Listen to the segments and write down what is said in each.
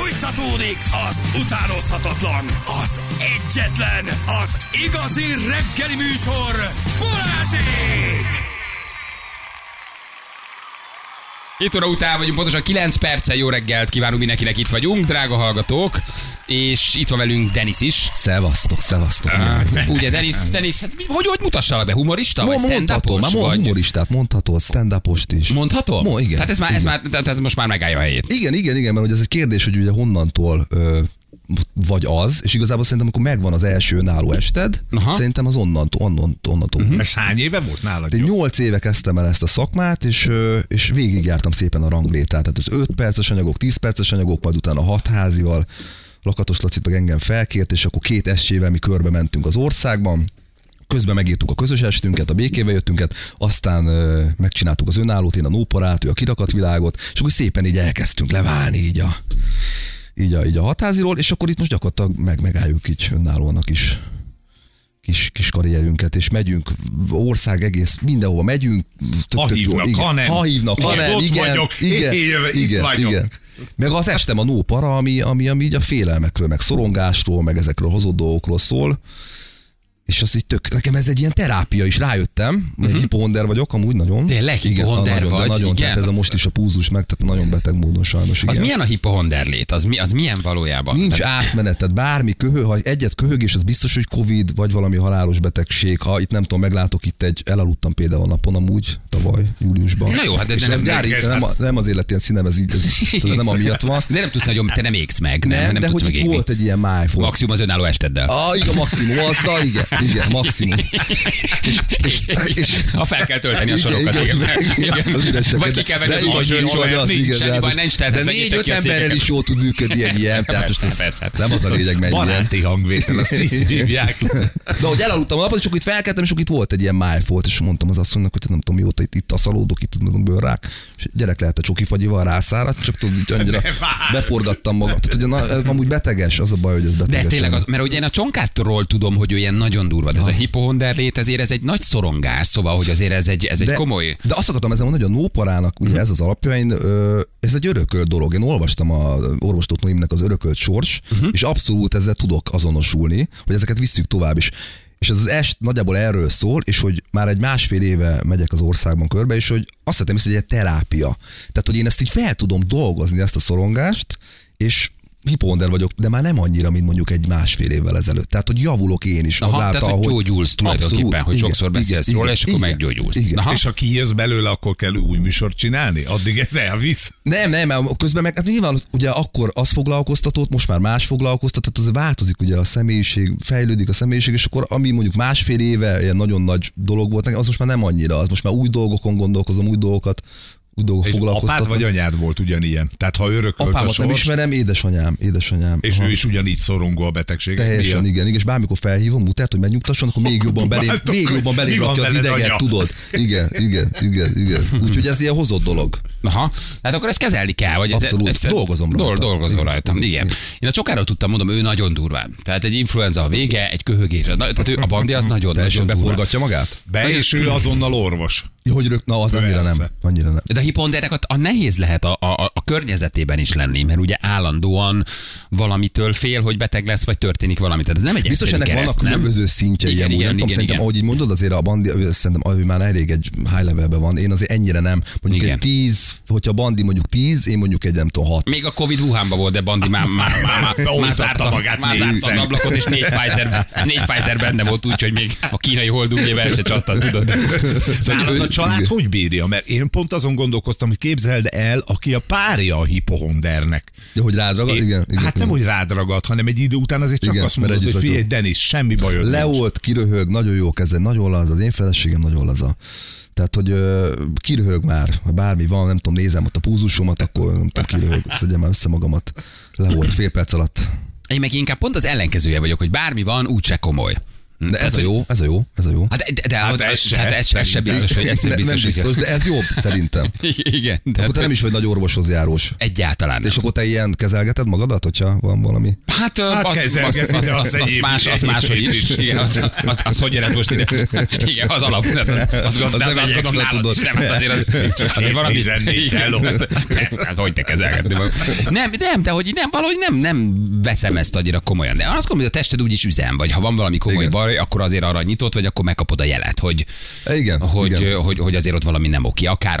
Fújtatódik az utánozhatatlan, az egyetlen, az igazi reggeli műsor, Balázsék! 7 óra után vagyunk, pontosan 9 perccel. Jó reggelt kívánunk mindenkinek, itt vagyunk, drága hallgatók. És itt van velünk Denis is. Szevasztok. Ugye Denis, hát, hogy mutassalak be? Humorista? Vagy stand-upos? Már humoristát mondhatod, stand-upost is. Mondhatom? Igen. Tehát most már megállja a helyét. Igen, mert ez egy kérdés, hogy ugye honnantól vagy az, és igazából szerintem, amikor megvan az első önálló ested, szerintem az onnantól. Ez hány éve volt nálad? 8 éve kezdtem el ezt a szakmát, és végigjártam szépen a ranglétrát. Tehát az 5 perces anyagok, 10 perces anyagok, majd utána 6 házival. Lakatos Lacit meg engem felkért, és akkor 2 estével mi körbe mentünk az országban. Közben megírtuk a közös estünket, a békébe jöttünket, aztán megcsináltuk az önállót, én a nóparát, ő a kirakatvilágot, és akkor szépen így elkezdtünk leválni így a hatháziról, és akkor itt most gyakorlatilag megálljuk így önállóan a kis karrierünket, és megyünk, ország egész, mindenhova megyünk. Ha hívnak, ha nem, ott igen, vagyok, itt vagyok. Igen. Meg az estem a nópara, ami így a félelmekről, meg szorongásról, meg ezekről hozott dolgokról szól. És az így nekem ez egy ilyen terápia is, rájöttem, egy hipohonder vagyok, amúgy nagyon. Tényleg hipohonder vagy? Nagyon, igen. tehát ez a most is a púzus meg, tehát nagyon beteg módon sajnos. Igen. Az milyen a hipohonder lét? Az milyen valójában? Nincs átmenet, tehát bármi ha egyet köhögés, az biztos, hogy Covid, vagy valami halálos betegség. Ha itt nem tudom, meglátok elaludtam például a napon amúgy, tavaly, júliusban. Na jó, hát de nem az élet ilyen színem, ez nem amiatt van. De nem tudsz nagyon, te nem égsz meg. Nem de hogy itt volt egy ilyen májfog. Maximum az önálló esteddel. Igen, maximum azzal, igen, maximum. És ha fel kell tölteni a sorokat. Vagy ki kell venni az utolsó sort. Semmi baj, nincs, tehát de 4-5 emberrel is jól tud működni egy ilyen, tehát most ez nem az a lényeg, mennyi. Baráti hangvétel, azt így hívják. De ahogy elaludtam a napot, és akkor itt felkeltem, és akkor itt volt egy ilyen májfolt, és mondtam az asszonynak, hogy nem tudom mióta itt aszalódok, itt tudom bőrrák, és gyerek lehet a csokifagyival rászáradt, csak tudod, így annyira beforgattam magam. Tehát ugye amúgy beteges, az a baj, hogy ez beteges. De ez tényleg az, mert ugye én a Csonkátról tudom, hogy olyan nagyon durva, de ez a hipohonder lét, ezért ez egy nagy szorongás, szóval, hogy azért ez egy komoly. De azt akartam ezen mondani, hogy a nóparának ugye ez az alapja, ez egy örökölt dolog. Én olvastam a orvostót Noémnek az örökölt sors, és abszolút ezzel tudok azonosulni, hogy ezeket visszük tovább is. És ez az est nagyjából erről szól, és hogy már egy 1,5 éve megyek az országban körbe, és hogy azt hittem, hogy egy terápia. Tehát, hogy én ezt így fel tudom dolgozni, ezt a szorongást, és hipohonder vagyok, de már nem annyira, mint mondjuk egy 1,5 évvel ezelőtt. Tehát, hogy javulok én is. Tehát, hogy gyógyulsz tulajdonképpen, abszolút, hogy sokszor beszélsz róla, és akkor meggyógyulsz. És ha kijössz belőle, akkor kell új műsort csinálni? Addig ez elvisz? Nem, közben meg hát nyilván ugye akkor az foglalkoztatott, most már más foglalkoztatott, az változik ugye a személyiség, fejlődik a személyiség, és akkor ami mondjuk 1,5 éve ilyen nagyon nagy dolog volt, az most már nem annyira, az most már új dolgokon gondolkozom, új dolgokat. Apád vagy anyád volt ugyanilyen? Tehát ha örökölt apámat a sors... nem ismerem, édesanyám. És ő is ugyanis szorongó a betegségek. Teljesen, igen. És bármikor felhívom Mutert, hogy megnyugtasson, akkor még jobban belém rakja az ideget, tudod. Igen. Úgyhogy ez ilyen hozott dolog. Aha, hát akkor ezt kezelni kell. Vagy abszolút, dolgozom rajtam. Igen. Én a Csokáról tudtam, mondom, ő nagyon durván. Tehát egy influenza a vége, egy köhögés. Tehát ő, a Bandi az nagyon beforgatja magát? És ő azonnal orvos. Az annyira nem. De a hipohondernek a nehéz lehet a környezetében is lenni, mert ugye állandóan valamitől fél, hogy beteg lesz, vagy történik valami. Tehát ez nem egy biztos ennek vannak különböző szintjei. Igen, szerintem, ahogy így mondod, azért a Bandi, szerintem ő már elég egy high levelben van. Én azért ennyire nem. Mondjuk egy 10, hogyha Bandi mondjuk 10, én mondjuk egy nem tudom 6. Még a Covid Wuhanban volt, de Bandi már zárta az ablakot, és 4 Pfizer benne volt, úgyhogy még a kínai holdújével se csattant, tudod. A család hogy bírja? Mert én pont azon gondolkoztam, hogy képzeld el, aki a párja a hipohondernek. Ja, hogy rád ragad? Igen. Hát nem, hogy rád ragad, hanem egy idő után azért csak azt mondod, hogy figyelj, Denis, semmi bajod. Leolt, kiröhög, nagyon jó kezdve, nagyon laza, az én feleségem nagyon laza. Tehát, hogy kiröhög már, ha bármi van, nem tudom, nézem ott a púzusomat, akkor nem tudom, kiröhög, szedjem már össze magamat. Leolt fél perc alatt. Én meg inkább pont az ellenkezője vagyok, hogy bármi van, úgyse komoly. De ez a jó. Hát ez sem biztos, hogy ez Nem biztos, de ez jobb szerintem. Igen. Akkor te nem is vagy nagy orvoshoz járós. Egyáltalán nem. És akkor te ilyen kezelgeted magadat, hogyha van valami? Hát az máshogy is. Igen, az hogy jöhet most ide? Igen, az alap. Azt gondolom, nálad is nem. Hát azért valami... 14, hello. Hát hogy te kezelgetni magad. Nem, de hogy valahogy nem veszem ezt annyira komolyan. De azt gondolom, hogy a tested úgyis üzem, vagy ha van valami komoly baj, akkor azért arra nyitott, vagy akkor megkapod a jelet, hogy azért ott valami nem oké. Akár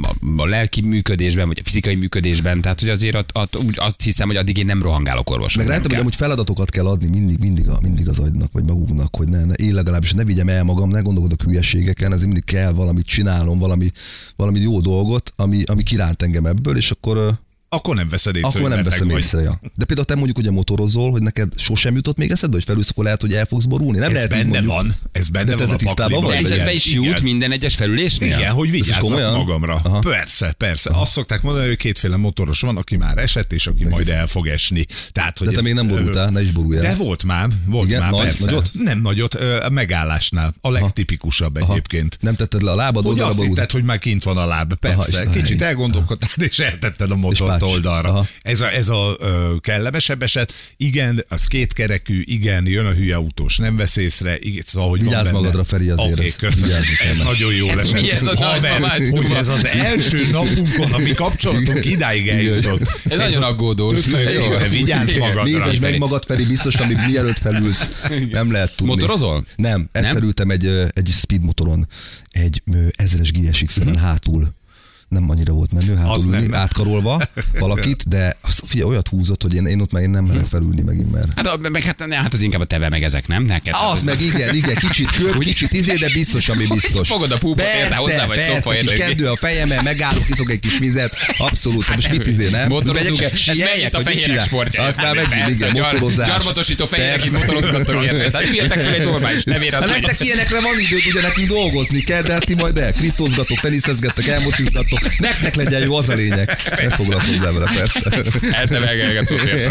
a lelki működésben, vagy a fizikai működésben. Tehát, hogy azért azt hiszem, hogy addig én nem rohangálok orvoshoz. Meg rájöttem, hogy amúgy feladatokat kell adni mindig az agynak, vagy magunknak, hogy én legalábbis ne vigyem el magam, ne gondolkodok hülyeségeken, ezért mindig kell valamit csinálnom, valami jó dolgot, ami kiránt engem ebből, és akkor nem veszed észre, akkor nem veszem észre, ja. De például te mondjuk ugye motorozol, hogy neked sosem jutott még eszedbe, hogy felülsz, akkor lehet, hogy el fogsz borulni. Nem ez lehet benne van. Ez benne van a pakliban. Eszedbe is jut minden egyes felülésnél? Igen, hogy vigyázzak magamra. Aha. Persze. Azt szokták mondani, hogy kétféle motoros van, aki már esett, és aki majd el fog esni. Tehát, hogy de te még nem borultál, ne is borulj el. De volt már, persze. Nagyot? Nem nagyot, a megállásnál. A legtipikusabb egyébként. Nem tetted le a lábad, hogy azt hitted, hogy már kint van a láb. Persze, kicsit elgondolkodtál, és eltetted a motort oldalra. Ez a kellemesebb eset. Igen, az kétkerekű, igen, jön a hülye autós, nem vesz észre. Szóval, hogy vigyázz magadra, Feri, azért. Oké, köszönöm. Ez nagyon jó lesz. Haver, hogy ez az első napunkon, ami kapcsolatunk idáig eljutott. Ez nagyon aggódós. Vigyázz magadra. Nézd meg magad, Feri, biztos, amíg mielőtt felülsz. Nem lehet tudni. Motorozol? Nem. Egyszer ültem egy speed motoron, egy 1000-es GSX-en hátul. Nem annyira volt menő, hátul ülni, átkarolva valakit, de figyelj, olyat húzott, hogy én ott meg nem merek felülni megint, mert... Hát az inkább a teve meg ezek, nem? Neked az meg igen, kicsit köbb, kicsit de biztos, ami biztos. Fogod a púpot, érte hozzá, vagy szopa érte. Kis kendő a fejemen, megállok, iszok egy kis vizet, abszolút, most mit nem? Motorozunk, ez melyet a fehérek sportja. Az már megint, igen, motorozás. Gyarmatosító fehérek, itt motorozgattok, érted? Hát üljetek fel egy normális nevére. Hát nektek ilyenekre van időt, ugye nekünk dolgozni kell, de ti majd kriptózgatok, teniszezgettek, elmocizgatok. Nektek legyen jó, az a lényeg. Ne foglalkozzál vele, persze. Eltevelgetsz,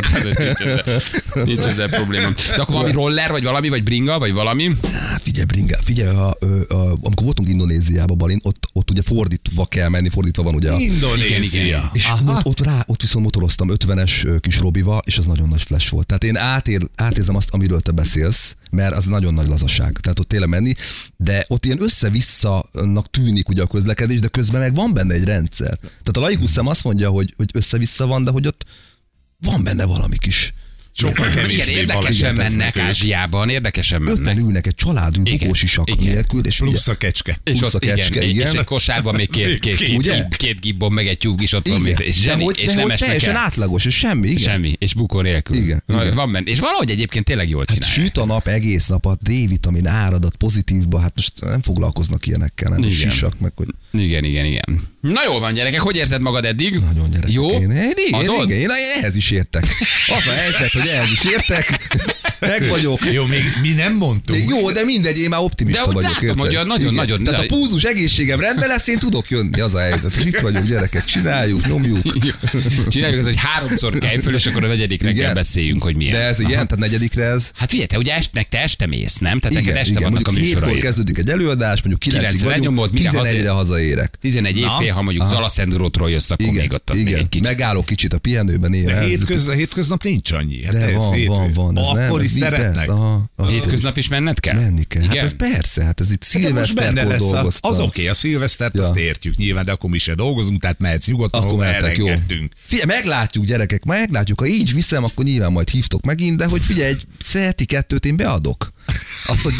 nincs ezzel probléma. De akkor valami roller, vagy valami, vagy bringa, vagy valami? Hát figyelj, amikor voltunk Indonéziában, Balin, ott ugye fordítva kell menni, fordítva van ugye. Indonézia. És ott viszont motoroztam 50-es kis Robival, és az nagyon nagy flash volt. Tehát én átérzem azt, amiről te beszélsz, mert az nagyon nagy lazaság. Tehát ott tényleg menni, de ott ilyen össze-visszanak tűnik ugye a közlekedés, de közben meg van benne egy rendszer. Tehát a laikus szem azt mondja, hogy össze-vissza van, de hogy ott van benne valami kis... Igen, érdekesen mennek Ázsiában, érdekesen mennek. Ötten ülnek egy családú bukósisak nélkül, és plusz a kecske. És ott igen. És egy kosárban még két gibbon, meg egy tyúk is ott van. És nem teljesen átlagos, és semmi. Igen. Semmi, és bukó nélkül. Igen. Van benne. És valahogy egyébként tényleg jól csinálják. Hát süt a nap egész nap, a D-vitamin áradat pozitívba, hát most nem foglalkoznak ilyenekkel, nem sisak meg, hogy... Igen. Na jól van, gyerekek, hogy érzed magad eddig? Nagyon gyerekek. Jó? Én ehhez is értek. Az a helyzet, hogy ehhez is értek. Meg vagyok. Jó, még mi nem mondtunk. Jó, de mindegy, én már optimista vagyok. De hogy nagyon. Tehát a púzus egészségem rendben lesz, én tudok jönni, az a helyzet. Itt vagyunk, gyerekek, csináljuk, nyomjuk. Csináljuk az, hogy 3-szor kelj föl, és akkor a 4-dikre kell beszéljünk, hogy milyen. De ez ilyen, tehát 4-dikre ez. Hát figyelj, te ugye te este mész, nem? Tehát neked este vannak a műsoraid. 7-kor kezdődik egy előadás, mondjuk 9-ig vagyunk, 11-re hazaérek. 11 évfél, ha mondjuk Zalaszendrótról jössz, akkor még ott még egy kicsit. Megállok kicsit a pihenőben. Hétköznap nincs annyi. De van. Akkor is szeretnek. Hétköznap is menned kell? Menni kell. Hát ez persze, hát ez itt szilveszterkor dolgoztam. Az oké, a szilvesztert azt értjük nyilván, de akkor mi se dolgozunk, tehát mehetsz nyugodtan, akkor elrengettünk. Figyelj, meglátjuk gyerekek, meglátjuk, ha így viszem, akkor nyilván majd hívtok megint, de hogy figyelj, egy heti 2 én beadok. Azt, hogy...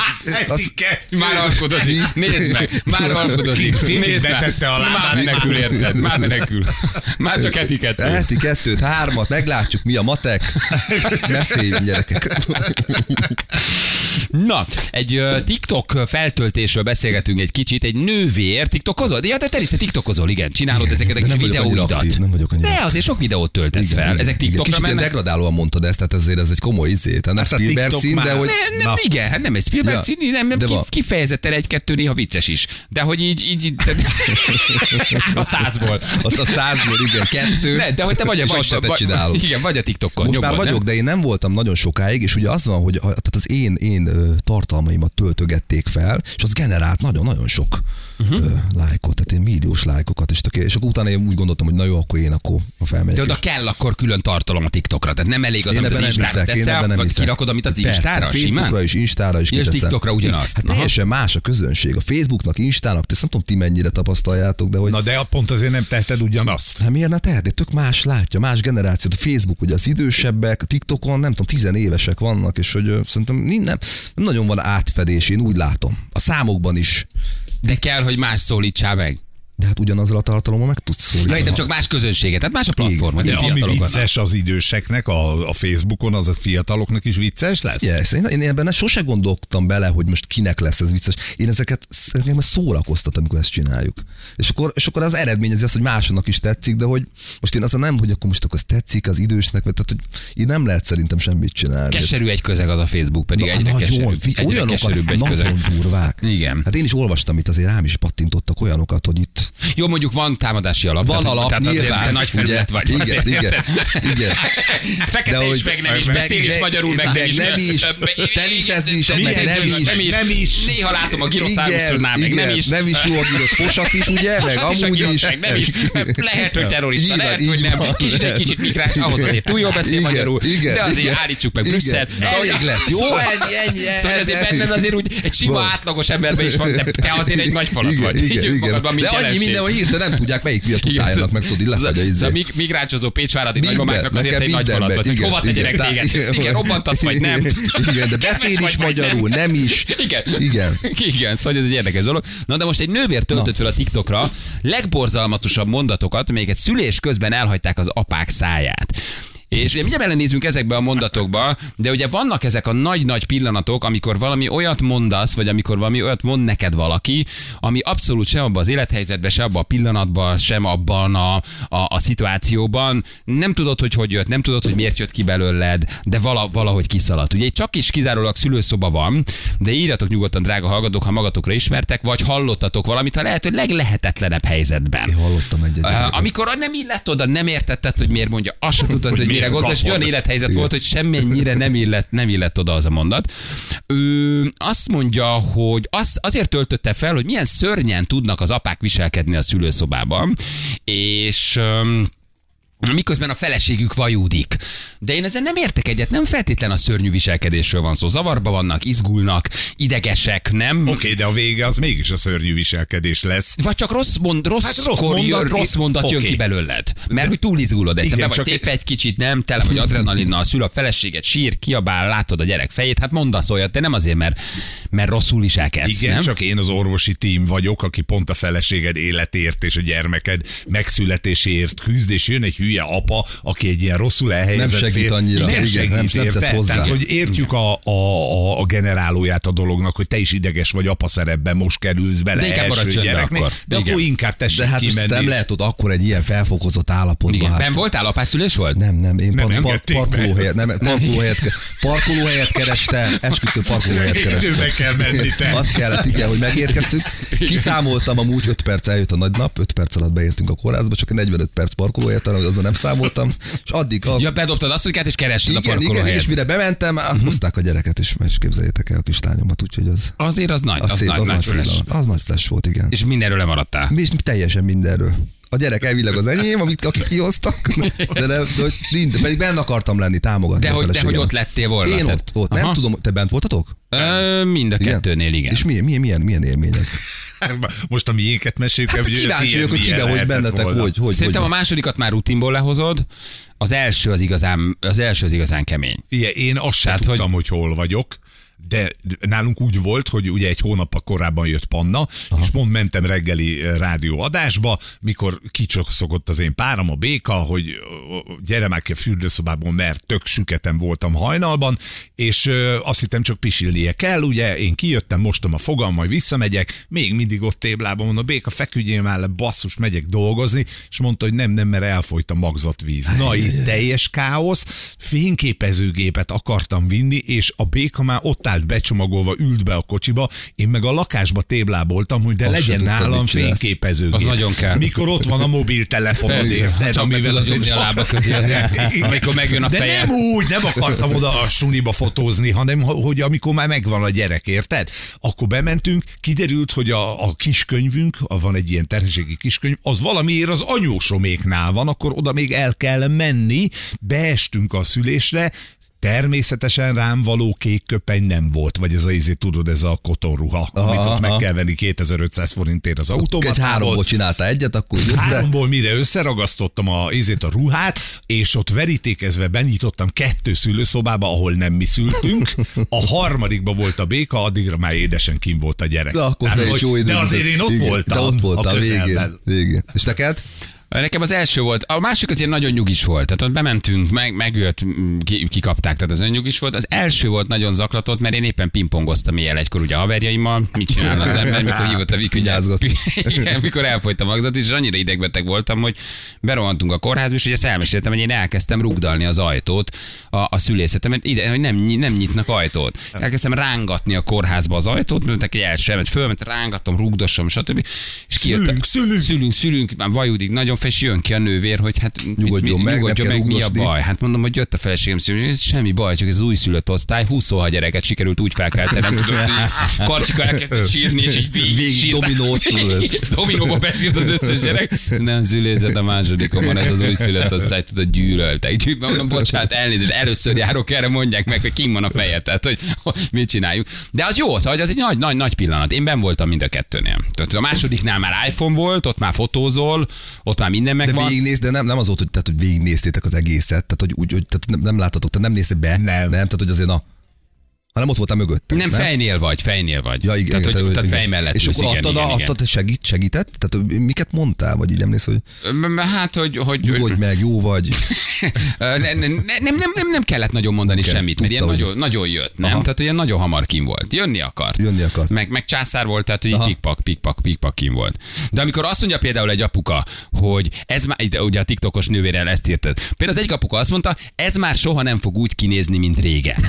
Már alkodozik, nézd meg, már alkodozik. Nézd meg, már menekül, érted, már menekül. Már csak heti 2. Heti 2, 3, meglátjuk, mi a matek. Beszéljünk, gyerekek. Na, egy TikTok feltöltésről beszélgetünk egy kicsit, egy nővér TikTokozol? Ja, te is tiktokozol, igen, csinálod ezeket a kis videóidat. Nem vagyok annyira. De azért sok videót töltesz fel, ezek TikTokra mennek. Kicsit degradálóan mondtad ezt, tehát ezért ez egy komoly izé. Tehát nem Spielberg szín, de hogy... Igen, hát nem egy Spielberg színi, nem kifejezetten egy-kettő néha vicces is. De hogy így a 100-ból. Azt a 100-ból, igen, 2. Ne, de hogy te vagy a TikTokon. Most már vagyok, de én nem voltam nagyon sokáig, és ugye az van, hogy tehát az én tartalmaimat töltögették fel, és az generált nagyon-nagyon sok lájkot, tehát én milliós lájkokat, és akkor utána én úgy gondoltam, hogy na jó, akkor felmegyek. De oda kell akkor külön tartalom a TikTokra, tehát nem elég az, amit az Instára teszel, vagy kirakod, amit az Instára? Facebookra is, Instára is. És TikTokra ugyanazt. Hát teljesen más a közönség. A Facebooknak, Instának, ezt nem tudom, ti mennyire tapasztaljátok, de hogy... Na de pont azért nem teheted ugyanazt. Hát miért ne tehetnéd? Tök más látja, más generációt. A Facebook ugye az idősebbek, a TikTokon nem tudom, 10 évesek vannak, és hogy szerintem nem nagyon van átfedés, én úgy látom. A számokban is. De kell, hogy más szólítsál meg. De hát ugyanazzal a tartalommal meg tudsz szólítani. Nem csak más közönséget, tehát más a platform. De ami vicces az időseknek a Facebookon, az a fiataloknak is vicces lesz? Yes. Én ebben sose gondoltam bele, hogy most kinek lesz ez vicces. Én ezeket szórakoztat, amikor ezt csináljuk. És akkor az eredményezi azt, hogy másoknak is tetszik, de hogy most én azon nem, hogy akkor ez tetszik az idősnek, tehát hogy így nem lehet szerintem semmit csinálni. Keserű egy közeg az a Facebook, pedig egyre keserűbb egy közeg. Nagyon durvák. Igen. Hát én is olvastam itt, azért rám is pattintottak olyanokat, hogy itt jó, mondjuk van támadási alap. Van alap, tehát nyilván. Nagy felület vagy. Igen. Fekete is, meg nem is, beszél is magyarul, meg nem is. Teniszezni is, meg nem is. Néha látom a gyroszáruszodnál, meg nem is. Nem is jó a gyrosz fosat is, ugye? Meg amúgy is. Lehet, hogy terrorista, lehet, hogy nem. Egy kicsit migrás, ahhoz azért túl jól beszél magyarul, de azért állítsuk meg Brüsszel. Elég lesz. Jó, ennyi. Szóval azért benned azért úgy egy sima átlagos emberben is van, de te azért egy nagy falat vagy. De annyi minden, hogy hirtelen nem tudják, melyik miatt utáljanak, meg tudod, így lefagy a izé. Migrácsozó pécsváradi nagymamáknak azért egy nagy falat vagy, hogy hova tegyenek téged. Igen, robbantasz vagy nem. Igen, de beszél is magyarul, nem is. Igen, szóval ez egy érdekes dolog. Na de most egy nővér töltött fel a TikTokra legborzalmatosabb mondatokat, amelyeket szülés közben elhagyták az apák száját. És ugye mindjárt belenézünk ezekbe a mondatokba, de ugye vannak ezek a nagy-nagy pillanatok, amikor valami olyat mondasz, vagy amikor valami olyat mond neked valaki, ami abszolút sem abban az élethelyzetben, sem abban a pillanatban, sem abban a szituációban nem tudod, hogy jött, nem tudod, hogy miért jött ki belőled, de valahogy kiszaladt. Ugye csak is kizárólag szülőszoba van, de írjatok nyugodtan, drága hallgatók, ha magatokra ismertek, vagy hallottatok valamit, ha lehető leglehetetlenebb helyzetben. Én hallottam egyet. Amikor nem illett oda, nem értetted, hogy miért mondja, azt sem tudtad, hogy mire gondolsz, és olyan élethelyzet volt, hogy semmennyire nem illett oda az a mondat. Ő azt mondja, hogy azért töltötte fel, hogy milyen szörnyen tudnak az apák viselkedni a szülőszobában, és miközben a feleségük vajúdik. De én ezzel nem értek egyet, nem feltétlen a szörnyű viselkedésről van szó. Zavarba vannak, izgulnak, idegesek, nem? Oké, de a vége az mégis a szörnyű viselkedés lesz. Vagy csak rossz mondat jön ki belőled. Mert hogy túl izgulod egyszer, be vagy tépve egy kicsit, nem? Tele vagy adrenalinnal, szül a feleséget, sír, kiabál, látod a gyerek fejét, hát mondasz olyat, de nem azért, mert rosszul viselkedsz. Igen, nem? csak én az orvosi tím vagyok, aki pont a feleséged életért és a gyermeked megszületéséért küzd, és jön egy hülye apa, aki egy ilyen rosszul elhelyezett nem segít annyira. Nem tesz hozzá. Tehát, hogy értjük a generálóját a dolognak, hogy te is ideges vagy apa szerepben, most kerülsz bele de első gyereknek, de akkor inkább tessék de hát kimenni. nem lehet ott akkor egy ilyen felfokozott állapotban. Hát. Nem voltál, apászülés volt? Nem, én parkolóhelyet kerestem, esküsző parkolóhelyet kerestem. Időbe kell menni te. Azt kellett, igen, hogy megérkeztünk. Kiszámoltam amúgy 5 perc, eljött a nagy nap, 5 perc alatt beértünk a kórházba, csak 45 perc parkolóhelyet, azzal nem számoltam. És addig ja, bedobtad azt, és kerested a parkolóhelyet. Igen, és mire bementem, hozták a gyereket, és képzeljétek el a kislányomat, úgyhogy az... Azért az nagy flash. Az nagy flash volt, igen. És mindenről lemaradtál. És teljesen mindenről. A gyerek elvileg az enyém, akik kihoztak, de pedig benne akartam lenni, támogatni. De hogy ott lettél volna. Én ott. Nem tudom, te bent voltatok? Mind a kettőnél, igen. És milyen élmény ez? Most a miénket meséljük. Hát kíváncsi vagyok, hogy kiben, hogy bennetek, hogy. Szerintem a másodikat már rutinból lehozod, az első az igazán kemény. Figyelj, én azt sem tudtam, hogy hol vagyok. De nálunk úgy volt, hogy ugye egy hónappal korábban jött Panna, és pont mentem reggeli rádióadásba, mikor kicsokszogott az én párom, a Béka, hogy gyere már ki a fürdőszobából, mert tök süketen voltam hajnalban, és azt hittem csak pisilnie kell, ugye, én kijöttem, mostam a fogam, majd visszamegyek, még mindig ott téblában mondom, Béka, feküdjél már le, basszus, megyek dolgozni, és mondta, hogy nem, mert elfolyt a magzatvíz. Na, itt teljes káosz, fényképezőgépet akartam vinni, és a Béka már ott ott állt becsomagolva, ült be a kocsiba, én meg a lakásba tébláboltam, hogy de legyen nálam fényképezőgép. Az nagyon kell. Mikor ott van a mobiltelefonod, érted? Amivel az a lába közé, amikor megjön a feje. De nem úgy, nem akartam oda a suniba fotózni, hanem hogy amikor már megvan a gyerek, érted? Akkor bementünk, kiderült, hogy a kiskönyvünk, van egy ilyen terhességi kiskönyv, az valamiért az anyósoméknál van, akkor oda még el kell menni, beestünk a szülésre, természetesen rám való kék köpeny nem volt, vagy ez a tudod, ez a kotonruha, amit ott meg kell venni 2500 forintért az automatából. 3-ból csinálta egyet, akkor össze. 3-ból mire összeragasztottam a ruhát, és ott verítékezve benyitottam 2 szülőszobába, ahol nem mi szültünk. A harmadikban volt a béka, addigra már édesen kim volt a gyerek. De azért én ott voltam. De ott voltam végén. És neked? Nekem az első volt, a másik azért nagyon nyugis volt, tehát ott bementünk, megjött, kikapták, tehát az nagyon nyugis volt. Az első volt nagyon zaklatott, mert én éppen pingpongoztam éjjel egykor ugye a haverjaimmal, mit csinál az ember, mikor hívott a Viki, igen, mikor elfolyt a magzat, és annyira idegbeteg voltam, hogy berohantunk a kórházba, és ugye ezt elmeséltem, hogy én elkezdtem rugdalni az ajtót a szülészetemet, ide, hogy nem nyitnak ajtót. Elkezdtem rángatni a kórházba az ajtót, mondták egy első, fölment, rángattam, rugdossom, stb. És szülünk, már vajudik, nagyon és jön ki a nővér, hogy hát nyugodjon meg, mi a baj. Hát mondom, hogy jött a feleségem, semmi baj, csak ez újszülött osztály, 26 gyereket sikerült úgy felkeltenem, tudod, hogy Karcsika elkezdett sírni, és így végig dominót tudod. Dominóba besírt az összes gyerek. Nem szülészet a másodikomon, ez az újszülött osztály, tudod, gyűlöltek. Mondom, bocsánat, elnézést, először járok erre, mondják meg, hogy kim van a feje, tehát hogy mit csináljuk. De az jó, szóval az egy nagy pillanat. Én benn voltam mind a kettőnél. Tehát a másodiknál már iPhone volt, ott már fotózol, ott már minden megvan. De végignézd, de nem az volt, hogy végignéztétek az egészet, tehát hogy tehát nem láttatok, tehát nem néztél be, nem, tehát hogy azért hanem ott voltál mögöttem. Nem, fejnél vagy. Ja, igen, tehát fej mellett. És akkor adtad segített? Tehát miket mondtál, vagy így emlékszel, hogy hát, hogy nyugodj meg, jó vagy. nem kellett nagyon mondani semmit, mert ilyen nagyon jött, nem? Tehát ilyen nagyon hamar kim volt. Jönni akart. Meg császár volt, tehát hogy pikpak kim volt. De amikor azt mondja például egy apuka, hogy ez már, ugye a TikTokos nővérrel ezt írtad. Például az egyik apuka azt mondta, ez már soha nem fog úgy kinézni, mint régen.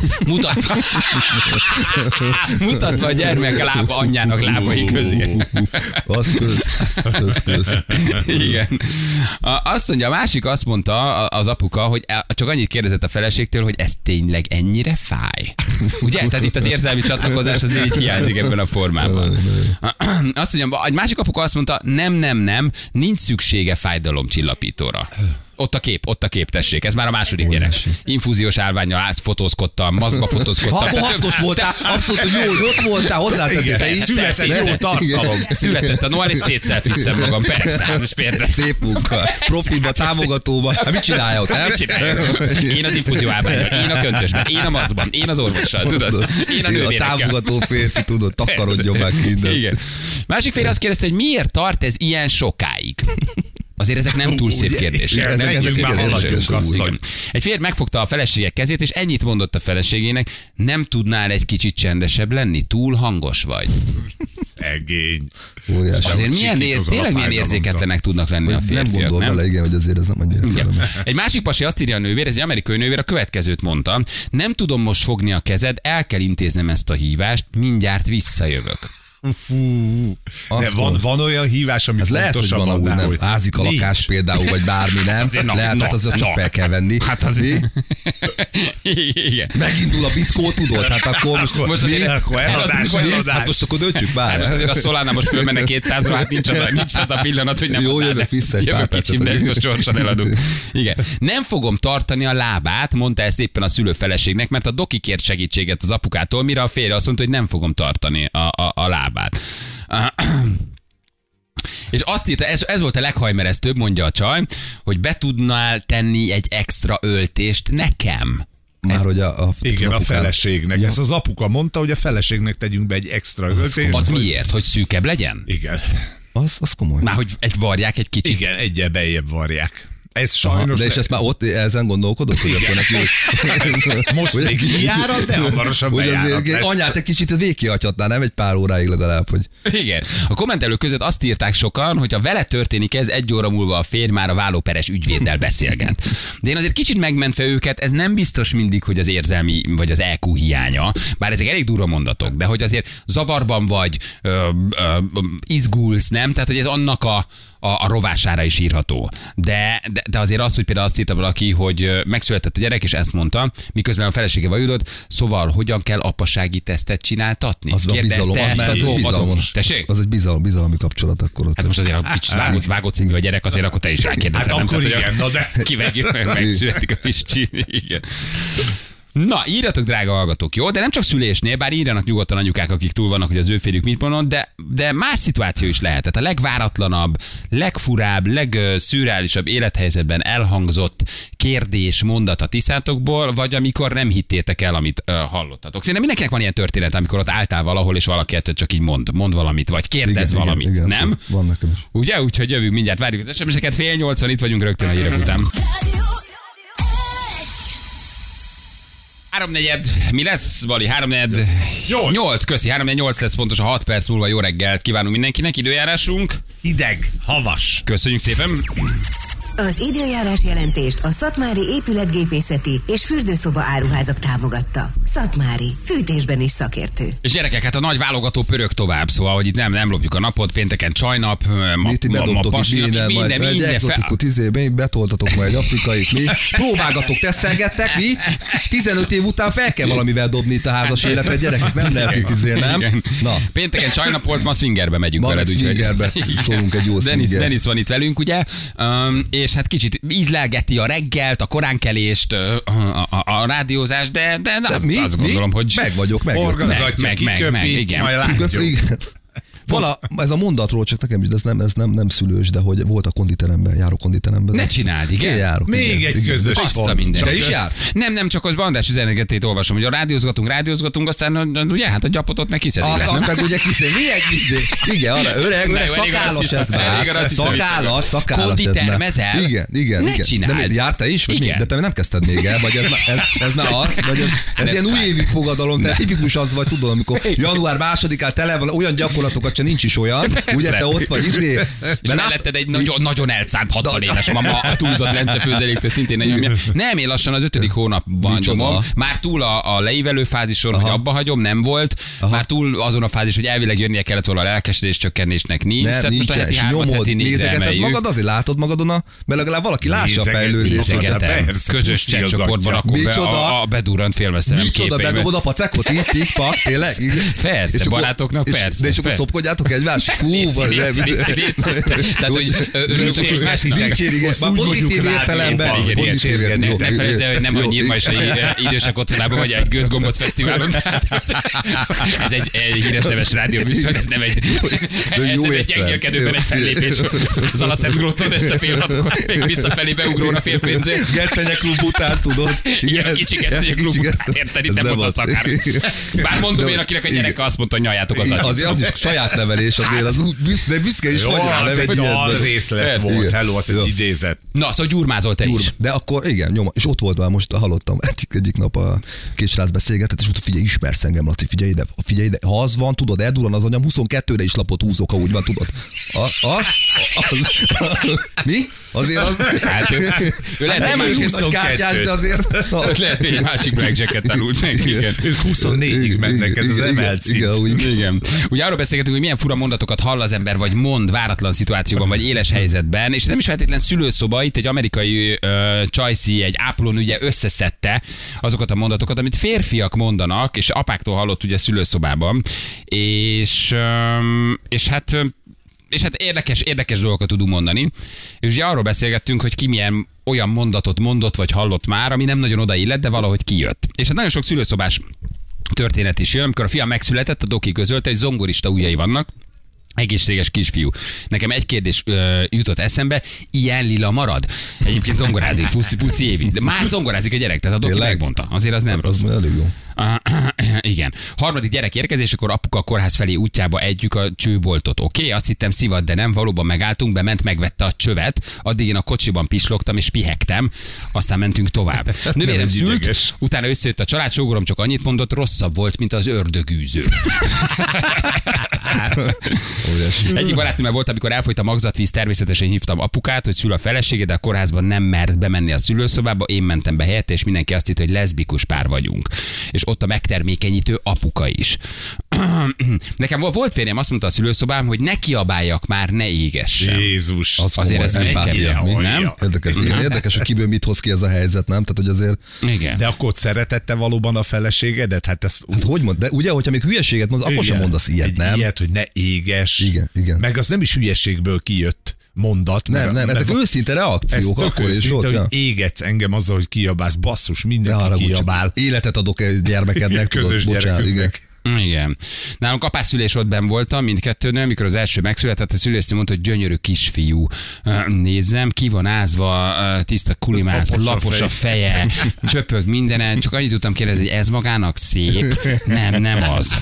Mutatva a gyermek lába anyjának lábai közé. Az köz. Igen. Azt mondja, a másik azt mondta az apuka, hogy csak annyit kérdezett a feleségtől, hogy ez tényleg ennyire fáj. Ugye? Tehát itt az érzelmi csatlakozás azért így hiányzik ebben a formában. Azt mondja, egy másik apuka azt mondta, nem, nincs szüksége fájdalomcsillapítóra. Ott a kép, tessék. Ez már a második gyerek. Infúziós állvánnyal fotózkodtam, maszkba fotózkodtam. Akkor hasznos voltál, abszolút, hogy jó, hogy ott voltál, hozzátettél. Született jó tartalom. Született a Noel, és szétszelfiztem magam. Persze, szép munka. Profiba, támogatóba. Hát mit csinálják? Én az infúzió állvánnyal, én a köntösben, én a maszkban, én az orvossal, tudod? Én a nővérekkel. A támogató férfi, tudod, takarodjon meg minden. Igen. Másik fél azt kérdezte, hogy miért tart ez ilyen sokáig? Azért ezek nem túl szép kérdések. Egy férj megfogta a feleségek kezét, és ennyit mondott a feleségének, nem tudnál egy kicsit csendesebb lenni? Túl hangos vagy. Szegény. Azért tényleg milyen érzéketlenek tudnak lenni a férfiak, nem? Gondol bele, igen, hogy azért ez nem annyira. Egy másik pasi azt írja a nővér, ez egy amerikai nővér, a következőt mondta, nem tudom most fogni a kezed, el kell intéznem ezt a hívást, mindjárt visszajövök. De van olyan hívás, ami fontosabb van, hogy nem ázik a lakás például, vagy bármi, nem? Lehet, az csak fel kell venni. Hát azért. Igen. Megindul a bitkó, tudod? Hát akkor most eladás. Hát most akkor döntjük már. A Solana most fölmenne 200, hát nincs az a pillanat, hogy nem jó, jövök vissza egy pár kicsim, de most gyorsan eladunk. Igen. Nem fogom tartani a lábát, mondta ezt éppen a szülőfeleségnek, mert a doki kért segítséget az apukától, mire a férje azt mondta, hogy nem fogom tartani a lábát. És azt írta, ez volt a leghajmeresztőbb, mondja a csaj, hogy be tudnál tenni egy extra öltést nekem. Már hogy igen, a feleségnek. Ezt az apuka mondta, hogy a feleségnek tegyünk be egy extra öltést. Az miért? Hogy szűkebb legyen? Igen. Az komoly. Már hogy varják egy kicsit. Igen, egyel beljebb varják. Ez sajnos... De és ezt már ott ezen gondolkodott, hogy akkor neki... Most még kijárat, de hamarosan bejárat lesz. Anyát egy kicsit végkihagyhatná, nem egy pár óráig legalább, hogy... Igen. A kommentelők között azt írták sokan, hogy ha vele történik ez, 1 óra múlva a férj már a vállóperes ügyvéddel beszélget. De én azért kicsit megmentve őket, ez nem biztos mindig, hogy az érzelmi vagy az EQ hiánya, bár ezek elég durva mondatok, de hogy azért zavarban vagy, izgulsz, nem? Tehát, hogy ez annak a rovására is írható. De azért az, hogy például azt írta valaki, hogy megszületett a gyerek, és ezt mondta, miközben a felesége vajudott, szóval hogyan kell apasági tesztet csináltatni? Az a bizalom, az egy bizalmi kapcsolat akkor ott. Hát most azért, ha kicsit vágott című a gyerek, azért akkor te is rákérdezel. Hát akkor igen, na de... Megszületik a kis csíni, igen. Na, írjatok, drága hallgatók, jó? De nem csak szülésnél, bár írjanak nyugodtan anyukák, akik túl vannak, hogy az ő férjük mit mondott, de más szituáció is lehet. Tehát a legváratlanabb, legfurább, legszürreálisabb élethelyzetben elhangzott kérdés, mondat a tisztátokból, vagy amikor nem hittétek el, amit hallottatok. Szerintem mindenkinek van ilyen történet, amikor ott álltál valahol, és valaki ettől csak így mond valamit, vagy kérdez valamit, igen, nem? Van nekem is. Ugye? Úgyhogy jövünk mindjárt, várjuk az SMS-eket, 7:80, itt vagyunk rögtön a hírek után. 3-4, mi lesz, Bali? 3-4, köszi, 3-4-8 lesz pontos, a 6 perc múlva. Jó reggelt kívánunk mindenkinek, időjárásunk. Hideg, havas. Köszönjük szépen. Az időjárás jelentést a Szatmári épületgépészeti és fürdőszoba áruházak támogatta. Szatmári, fűtésben is szakértő. És gyerekek, hát a nagy válogató pörög tovább, szóval, hogy itt nem lopjuk a napot, pénteken csajnap, ma pasi, minden. Egy exotikut betoltatok majd egy afrikait, mi? Próbálgatok, tesztelgettek, mi? 15 év után fel kell valamivel dobni itt a házas életet, gyerekek, nem lehet itt nem? Na. Pénteken csajnap volt, ma swingerbe megyünk veled, úgyhogy... swingerbe tolunk egy jó swinger. Dennis van itt velünk, ugye? És hát kicsit ízlelgeti a reggelt, a koránkelést, a rádiózást, de azt gondolom, hogy... Meg vagyok. Igen. Majd látjuk. Ez a mondatról csak nekem is, de ez nem szülős, de hogy volt a konditeremben, járok konditeremben. Ne csináld, igen. Én járok. Még egy közös pont. Te is jársz? Nem, csak az András üzenetét olvasom, hogy a rádiózgatunk, aztán ugye hát a gyapotot meg kiszedik. Azt meg ugye kiszedik. Milyen kiszedik? Igen, arra öreg, szakállas ez már. Szakállas konditermezel? Igen. Ne csináld. De jár te is? De te nem kezdted még el, vagy ez már az? Vagy ez ilyen újévi fogadalom, tehát tipikus az vagy, tudod, amikor január 2-án tele van, olyan gyakorlatokat se nincs is olyan, ugye te ott vagy, és melletted egy nagyon elszánt 60 éves mama a túlzott lencefőzeléktől szintén egy nyomja. Nem, én lassan az 5. hónapban nyomom. Már túl a leívelő fázison, hogy abba hagyom, nem volt. Már túl azon a fázis, hogy elvileg jönnie kellett volna a lelkesedés csökkenésnek nincs. Tehát most a heti 3, heti 4-re emeljük. Magad azért látod magadon, mert legalább valaki lássa a fejlődést. Közös chatcsoportban akkor a bedurrant félmeztelem képeiben. Micsoda, bedobod a pacekot így, pikpak, tényleg? Persze, barátoknak persze. De és akkor szopkodjátok egymást? Fú, vagy nem. Tehát, hogy örülünk egymásnak. Dicsérik, már pozitív értelemben. Ne felejtsd el, hogy nem vagy nyírmajsai idősek otthonában, vagy egy gőzgombot fesztiválon. Ez egy híres neves rádióműsor, ez nem egy gyengélkedőben egy fellépés. Zalaszentgróton este fél 6-kor, még visszafelé beugróra fél pénzért. Gesztenyeklub után, tudod? Ilyen kicsi gesztenyeklub után, érted, itt nem mondhatsz akár. Bár mondom én, akinek a gyereke azt mondta, hogy nyaljátok az agyat. Az is saját nevelés, azért az de büszke is vagy rá. Az egy dal részlet volt, hello, az egy idézet. Na, szóval gyurmázol te is. De akkor igen, nyoma. És ott volt már, most hallottam egyik nap a két srác beszélgetett, és mondta, figyelj, ismersz engem, Laci, figyelj ide, ha az van, tudod, elduran az anyám, 22-re is lapot húzok, ha úgy van, tudod. Mi? Azért az... Hát ő lehet, nem egy nagy kártyás, de azért... Lehet, egy másik blackjacket tanult meg, igen. Ők 24-ig mennek, ez az emelt szint. Igen. Ugye arról beszélgetünk, hogy milyen fura mondatokat hall az ember, vagy mond váratlan szituációban, vagy éles helyzetben, és nem is feltétlen szülőszoba, itt egy amerikai csajszi, egy ápolónő összeszedte azokat a mondatokat, amit férfiak mondanak, és apáktól hallott ugye szülőszobában, és hát érdekes dolgokat tudunk mondani. És ugye arról beszélgettünk, hogy ki milyen olyan mondatot mondott, vagy hallott már, ami nem nagyon odaillett, de valahogy kijött. És hát nagyon sok szülőszobás történet is jön, amikor a fiam megszületett, a doki közölte, hogy zongorista ujjai vannak, egészséges kisfiú. Nekem egy kérdés jutott eszembe, ilyen lila marad? Egyébként zongorázik, puszi Évi. De már zongorázik a gyerek, tehát a doki megmondta. Azért az nem rossz. Az elég jó. Igen. Harmadik gyerek érkezésekor apuka a kórház felé útjába együk a csőboltot. Oké, azt hittem szivat, de nem, valóban megálltunk, bement, megvette a csövet, addig én a kocsiban pislogtam és pihegtem, aztán mentünk tovább. Nővérem szült, utána összejött a család, sógorom csak annyit mondott, rosszabb volt, mint az ördögűző. Egyik barátnőmmel volt, amikor elfolyt a magzatvíz, természetesen hívtam apukát, hogy szül a felesége, de a kórházban nem mert bemenni a szülőszobába, én mentem be helyette, és mindenki azt hitt, hogy leszbikus pár vagyunk. És ott a megtermékenyítő apuka is. Nekem volt férjem, azt mondta a szülőszobám, hogy ne kiabáljak már, ne égessem. Jézus. Azért ez megkevül, nem? Érdekes, hogy kiből mit hoz ki ez a helyzet, nem? Tehát, hogy azért... Igen. De akkor szeretette valóban a feleségedet? Hát hogy mond? De ugye, hogyha még hülyeséget mondasz, akkor sem mondasz ilyet, nem? Ilyet, hogy ne éges. Igen. Meg az nem is hülyeségből kijött mondat. Nem, ezek őszinte reakciók, akkor is ott. Hogy égetsz engem azzal, hogy kiabálsz, basszus, mindenki kiabál. Életet adok egy gyermekednek, tudod, bocsánat, igen. Igen. Nálunk apászülés ott benn voltam, mindkettőnél, amikor az első megszületett, a szülésznő mondta, hogy gyönyörű kisfiú. Nézzem, ki van ázva, tiszta kulimász, lapos a feje, csöpög mindenen, csak annyit tudtam kérdezni, hogy ez magának szép. Nem az.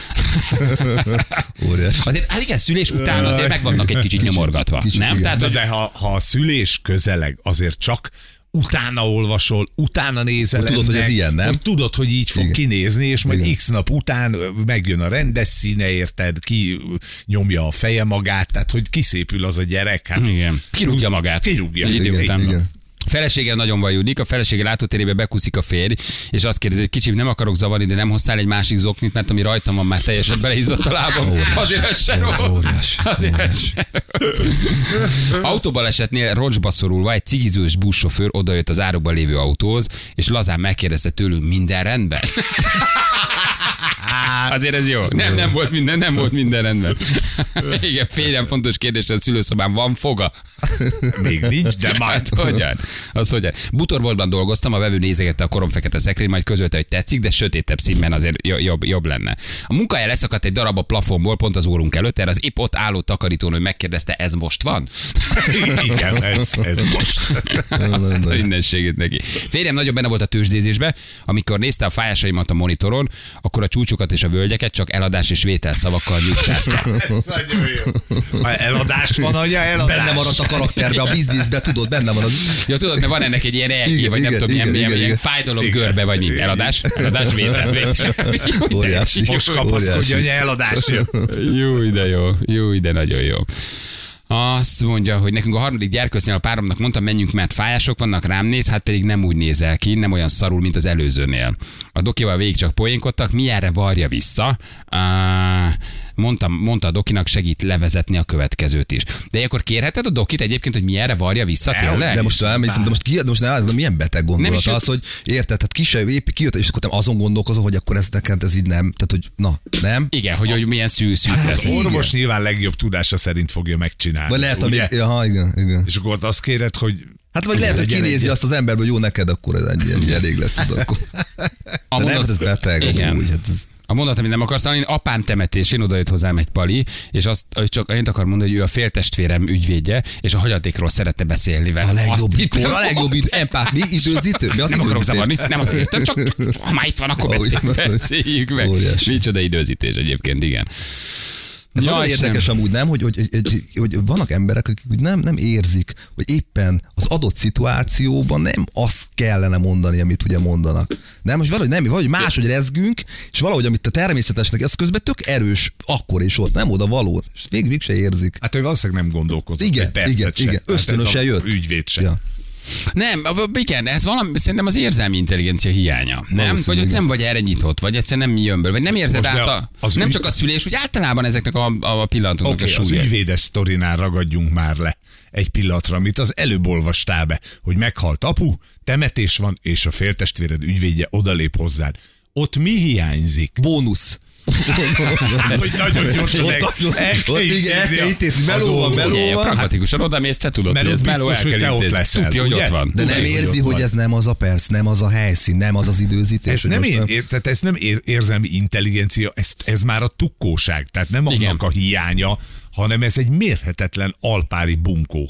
Azért, hát igen, szülés után azért meg vannak egy kicsit nyomorgatva. Nem? Tehát, de ha a szülés közeleg, azért csak utána olvasol, utána nézel. Tudod, hogy ez ilyen, nem? Hogy tudod, hogy így fog kinézni, és majd x nap után megjön a rendes színe, érted, ki nyomja a feje magát, tehát hogy kiszépül az a gyerek. Hát, igen. Kirúgja magát. Kirúgja. Egy idő után. Felesége nagyon vajudik, a felesége látótérébe bekuszik a férj, és azt kérdezi, hogy kicsim, nem akarok zavarni, de nem hoztál egy másik zoknit, mert ami rajtam van, már teljesen beleizzadt a lábam. Azért ez se rossz. Autóbalesetnél rocsba szorulva egy cigizős buszsofőr odajött az árokban lévő autóhoz, és lazán megkérdezte tőlünk, minden rendben? Azért ez jó. Nem volt minden rendben. Igen, félrem fontos kérdés, a szülőszobán van foga? Még nincs, de majd. Hogyan? Bútorboltban dolgoztam, a vevő nézegette a koromfekete szekrény, majd közölte, hogy tetszik, de sötétebb színben azért jobb lenne. A munkahelyen leszakadt egy darab a plafonból, pont az órunk előtt, erre az épp ott álló takarítónő megkérdezte, ez most van? Igen, ez most. Azt a mindenségét neki. Férjem nagyon benne volt a tőzsdézésbe, amikor nézte a fájásaimat a monitoron, akkor a csúcsokat és a völgyeket csak eladás és vétel szavakkal nyugtázta. Nagyon jó. Eladás van, anya, eladás. Benne maradt a karakterbe, a bizniszbe, tudod, benne van az. Ja, tudod, mert van ennek egy ilyen elké, vagy nem tudom, ilyen fájdalom görbe, vagy mi. Eladás, vétel. Óriási. Most kapaszkodj, anya, eladás. Jó, de nagyon jó. Azt mondja, hogy nekünk a harmadik gyerkőcnél a páromnak mondtam, menjünk, mert fájások vannak, rám néz, hát pedig nem úgy nézel ki, nem olyan szarul, mint az előzőnél. A dokival végig csak poénkodtak, mi erre varja vissza. Mondta a dokinak, segít levezetni a következőt is. De akkor kérheted a dokit egyébként, hogy mi erre varja vissza tényleg? De most nem, milyen beteg gondolat az, hogy érted, tehát kijött, és akkor te azon gondolkozol, hogy akkor ez neked ez így nem, tehát hogy nem. Igen, hogy milyen szűk lesz. Orvos nyilván legjobb tudása szerint fogja megcsinálni. Vagy lehet, hogy igen. És akkor azt kéred, hogy hát vagy lehet, hogy kinézi azt az emberből, hogy jó neked, akkor ez ennyi elég lesz, tudod. Akkor. De nem, ez beteg. Amúgy, hát ez... A mondat, amit nem akarsz hallani, apám temetésén odajött hozzám egy pali, és azt csak annyit akar mondani, hogy ő a féltestvérem ügyvédje, és a hagyatékról szerette beszélni vele. A legjobb empát, mi időzítő? Mi az nem akarok zavarni, nem azt értem, csak ha már itt van, akkor beszéljük meg. Micsoda időzítés egyébként, igen. Ez nagyon érdekes amúgy, nem, hogy vannak emberek, akik nem érzik, hogy éppen az adott szituációban nem azt kellene mondani, amit ugye mondanak. Nem, hogy valahogy máshogy rezgünk, és valahogy, amit a természetesnek, ez közben tök erős, akkor és ott, nem oda való, és végig se érzik. Hát ő valószínűleg nem gondolkozott. Igen, ösztönösen jött. Ügyvéd sem. Ja. Nem, igen, ez valami, szerintem az érzelmi intelligencia hiánya. Nem? Vagy ott nem vagy erre nyitott, vagy egyszerűen nem jön belőle, vagy nem érzed át nem csak a szülés, úgy általában ezeknek a pillanatoknak a súlya. Az ügyvédes sztorinál ragadjunk már le egy pillanatra, amit az előbb olvastál be, hogy meghalt apu, temetés van, és a féltestvéred ügyvédje odalép hozzád. Ott mi hiányzik? Bónusz. Hogy nagyon gyorsan el kell intézni, meló van. Pragmatikusan odamész, te tudod, hogy ez meló, el kell intézni. Tudja, hogy ott van. De nem érzi, hogy ez nem az a perc, nem az a helyszín, nem az az időzítés. Ez nem érzelmi intelligencia, ez már a tukkóság, tehát nem annak a hiánya, hanem ez egy mérhetetlen alpári bunkó.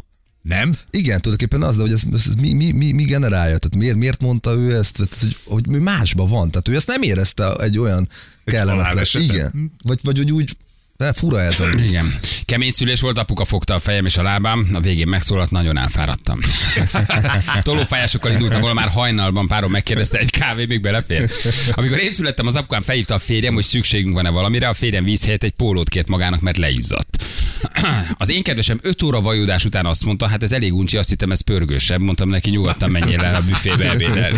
Nem? Igen, tulajdonképpen az, de hogy ez mi generálja? Tehát miért mondta ő ezt, hogy másban van? Tehát ő ezt nem érezte egy olyan kellemetlen. Igen. Vagy hogy úgy. De fura ez. Igen. Kemény szülés volt, apuka fogta a fejem és a lábám, a végén megszólalt, nagyon elfáradtam. Tolófájásokkal indultam volna, már hajnalban párom megkérdezte, egy kávé még belefér. Amikor én születtem, az apukám felhívta a férjem, hogy szükségünk van-e valamire, a férjem víz helyett egy pólót kért magának, mert leizzadt. Az én kedvesem 5 óra vajudás után azt mondta, hát ez elég uncsi, azt hittem ez pörgősebb, mondtam neki, nyugodtan menjél el a büfébe ebédelni.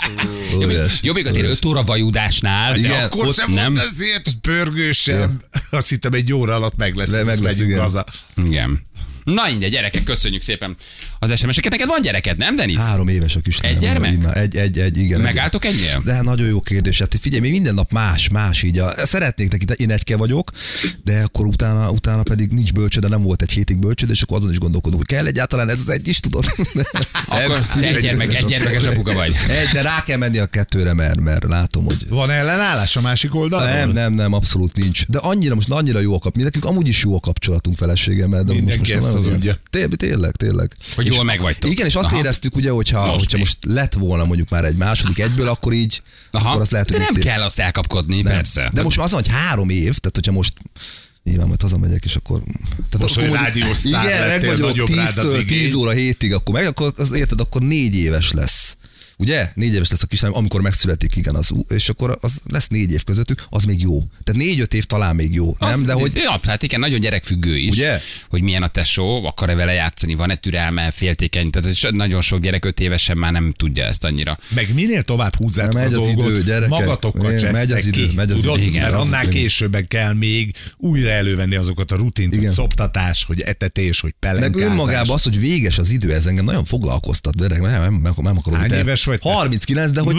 Jobbik azért 5 óra vajudásnál. Igen, akkor sem nem. Mondta ezért, hogy pörgősebb. Azt hittem egy óra alatt meg lesz igen. haza. Igen. Na inde, gyerekek, köszönjük szépen az SMS-eket. Neked van gyereked, nem, Denis? 3 éves a kislányom. Egy gyermek? Egy, igen. Megálltok ennyire? De nagyon jó kérdés. Hát figyelj, még minden nap más így. Szeretnék neki, én egyke vagyok, de akkor utána pedig nincs bölcsőde, nem volt egy hétig bölcsőde, és akkor azon is gondolkodunk, hogy kell egyáltalán ez az egy is, tudod? Akkor egy gyermekes apuka vagy. De rá kell menni a 2-re, mert látom, hogy... Van ellenállás a másik oldalon? Nem, abszolút nincs. De annyira jó a kapcsolat. Mi nekünk amúgy is jó a kapcsolatunk feleségemmel, de mindenki ezt az ugye. Tényleg. Hogy jól megvagytok. Igen, és azt éreztük ugye, hogyha most lett volna mondjuk már egy második egyből, akkor így, akkor azt lehet, de hogy nem kell azt elkapkodni, persze. De most már az, hogy 3 év, tehát hogyha most nyilván majd hazamegyek, és akkor... Most, hogy rádiósztár lettél, nagyobb rád az igény. 10 óra 7-ig, akkor érted, akkor 4 éves lesz. Ugye? 4 éves lesz a kislányom, amikor megszületik, igen, és akkor az lesz 4 év közöttük, az még jó. Tehát 4-5 év talán még jó, az, nem? De hogy... Ja, hát igen, nagyon gyerekfüggő is. Ugye? Hogy milyen a tesó, akar-e vele játszani, van-e türelme, féltékeny, tehát nagyon sok gyerek 5 évesen már nem tudja ezt annyira. Meg minél tovább húzzátok a dolgot, magatokkal csesztek ki. Tudod, mert annál későbben kell még újra elővenni azokat a rutint, hogy szoptatás, hogy etetés, hogy pelenkázás. Meg önmagában az, hogy véges az idő, ez engem nagyon foglalkoztat, de nem akarom. Hány éves vagy? 39, de hogy...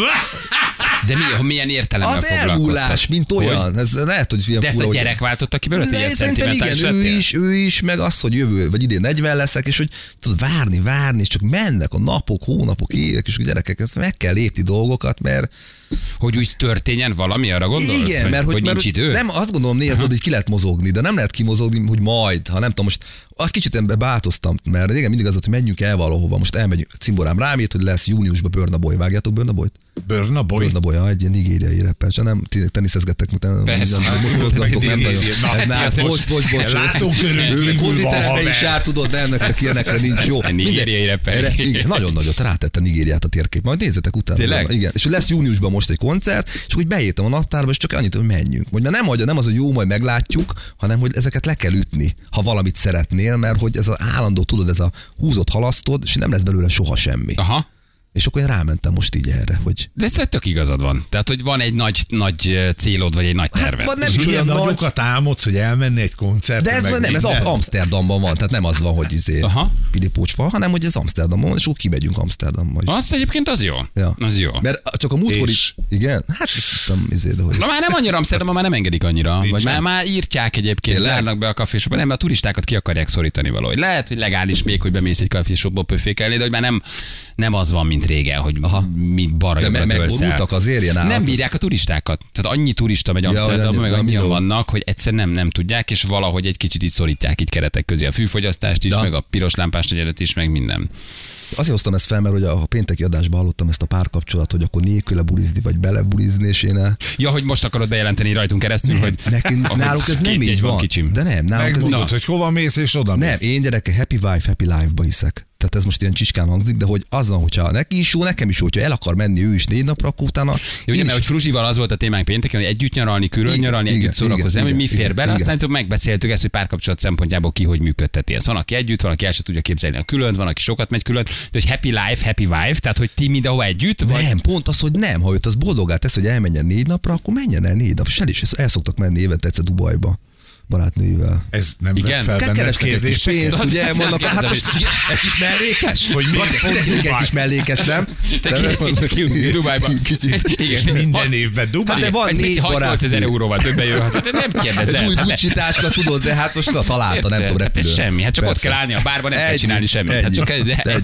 De milyen értelemben az elhullás, mint olyan. Ez lehet, hogy de ezt a gyerek váltotta ki belőle? Szerintem igen, ő is, meg az, hogy jövő, vagy idén 40 leszek, és hogy tudod várni, és csak mennek a napok, hónapok, évek, és a gyerekek, ezt meg kell lépni dolgokat, mert... Hogy úgy történjen valami, arra gondolsz? Igen, mert hogy nincs idő? Nem, azt gondolom néha, hogy ki lehet mozogni, de nem lehet kimozogni, hogy majd, ha nem tudom, most azt kicsit változtam, mert régen mindig az volt, hogy menjünk el valahova, most elmegyünk, Cimborám rám írt, hogy lesz júniusban Burna Boy. Vágjátok Burna Boyt? Burna Boy? Burna Boy, egy ilyen nigériai rapper, csak nem teniszezgettek, persze. Bocs. Látunk körül, konditerembe is jár, tudod, nem, nektek ilyenekre nincs jó. Nigériai rapper. Nagyon nagyot rátette Nigériát a térkép, majd nézzetek utána. Tényleg? Igen, és lesz júniusban most egy koncert, és úgy beírtam a naptárba, és csak annyit, hogy menjünk. Hogy már nem az, hogy jó, majd meglátjuk, hanem hogy ezeket le kell ütni, ha valamit szeretnél, mert hogy ez az állandó, tudod, ez a húzott halasztod, és nem lesz belőle soha semmi. Aha. És akkor én rámentem most így erre, hogy... De ez tök igazad van. Tehát, hogy van egy nagy célod, vagy egy nagy terved. Hát, nem is olyan nagyokat álmodsz, hogy elmenni egy koncertre. De ez Amsterdamban van, tehát nem az van, hogy Pilipócsfa, hanem hogy ez Amsterdamban van, és úgy kimegyünk Amsterdamba is. Azt egyébként az jó. Ja. Az jó. Mert csak a múltkor is... Igen? Hát hiszem, de hogy... Na már nem annyira Amsterdamban, már nem engedik annyira. Nincs vagy már írtják egyébként, zárnak be a kafésokba, nem, a turistákat ki akarják szorítani valahogy. Lehet, hogy legális még, hogy bemész egy kafésokba pöfékelni, de hogy már nem az van, mint régen, hogy mi balra jobbra dőlsz el. Azért ilyen nem bírják a turistákat. Tehát annyi turista megy Amsterdamba, meg annyian vannak, hogy egyszer nem tudják, és valahogy egy kicsit így szorítják itt keretek közé a fűfogyasztást is, meg a piros lámpás negyedet is, meg minden. Azért hoztam ezt fel, mert hogy a pénteki adásban hallottam ezt a párkapcsolat, hogy akkor nélküle bulizni, vagy belebulizni, és én... Ja, hogy most akarod bejelenteni rajtunk keresztül, hogy... Nálunk ez nem így van. Kicsim. De nem, nálunk ez így hogy hova mész és oda mész. Nem, én gyereke happy wife, happy life-ba hiszek. Tehát ez most ilyen csicskán hangzik, de hogy azzal, hogyha neki is jó, nekem is jó, hogyha el akar menni ő is 4 napra, akkor utána... Jó, ugye, mert hogy Fruzsival az volt a témánk pénteken, hogy együtt nyaralni, külön nyaralni, együtt szórakozni, hogy mi fér bele, aztán megbeszéltük ezt, hogy párkapcsolat szempontjából ki hogy működteti ezt. Van, aki együtt, van, aki el sem tudja képzelni a külön, van, aki sokat megy külön, de hogy happy life, happy wife, tehát hogy ti mindenhova együtt vagy? Nem, pont az, hogy nem, ha őt az boldogát tesz, hogy elmenjen 4 napra, akkor menjen el 4 napra. El szoktak menni évente egyszer Dubajba barátnőivel. Ez nem vett fel benned kérdéseket? Pénzt, ugye mondnak, hát most egy kis mellékes? Hogy egy kis mellékes, nem? Dubajban. És minden évben Dubajban. De van 4 barátnő. 6000 euróval többen jön haza. Nem kérdezel. Új Gucci-táska tudod, de hát most találta, nem tudom, repülő. Semmi, hát csak ott kell állni a bárban, nem kell csinálni semmit. Hát csak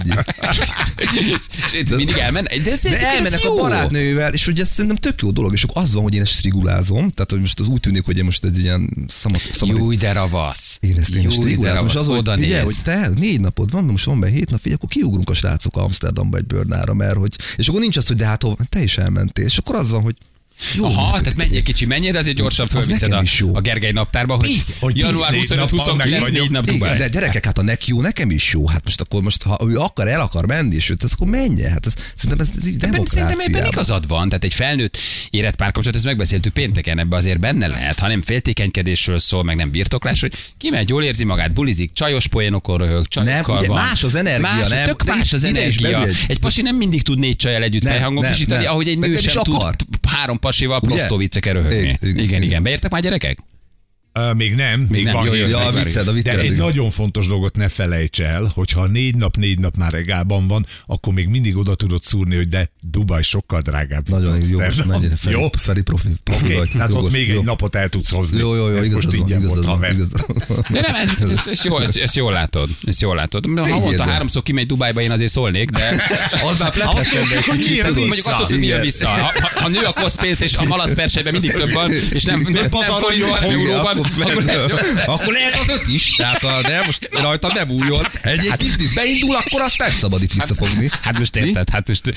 mindig elmen. De elmennek a barátnővel, és ugye ez szerintem tök jó dolog, és akkor az van, hogy én ezt strigulázom, tehát hogy most az úgy tűnik, hogy én most egy ilyen Jó, de ravasz. Én ezt régül látom. Most az, oda hogy, ugye, néz. hogy te 4 napod van, most van be 7 nap, akkor kiugrunk a srácok Amsterdamba egy bőrnára, mert hogy, és akkor nincs az, hogy de hát te is elmentél, és akkor az van, hogy jó, aha, tehát menjél kicsi, menjél, de azért gyorsan fölviszed a Gergely naptárba, hogy január 25-29 4 nap Dubáj. De gyerekek, hát a neki jó, nekem is jó. Hát most ha ő el akar menni, és őt, akkor menjen. Hát szerintem ez így demokráciában. Szerintem ebben igazad van. Tehát egy felnőtt érett párkapcsolat, ezt megbeszéltük pénteken, ebbe azért benne lehet, ha nem féltékenykedésről szól, meg nem birtoklás, hogy kimegy, jól érzi magát, bulizik, csajos poénokon röhög, csajokkal van. Más az energia, nem? Tök más az energia. Egy pasi nem mindig tud 4 csajjal együtt fejhangon kisítani, ahogy egy nő sem tud 3 pasival prostó vicceket röhögni. Igen. Beértek már gyerekek? Még nem, még van. A vicced. De egy nagyon fontos dolgot ne felejts el, hogyha 4 nap már egálban van, akkor még mindig oda tudod szúrni, hogy de Dubaj sokkal drágább. Nagyon jó, mennyire Feri profi vagy. Tehát ott még egy napot el tudsz hozni. Jó, igazad van. De nem, ezt jól látod. Ha mondta 3-szor kimegy Dubájba, én azért szólnék, de... Az már pletesen, mondjuk attól függ, milyen vissza. Ha nő a koszpénz, és a malac persejben mindig több van, és nem forintban, euróban, akkor lehet az 5 is. Tehát de most rajtam nem újjon. Egy biznisz beindul, akkor azt nem szabad itt visszafogni. Hát most érted,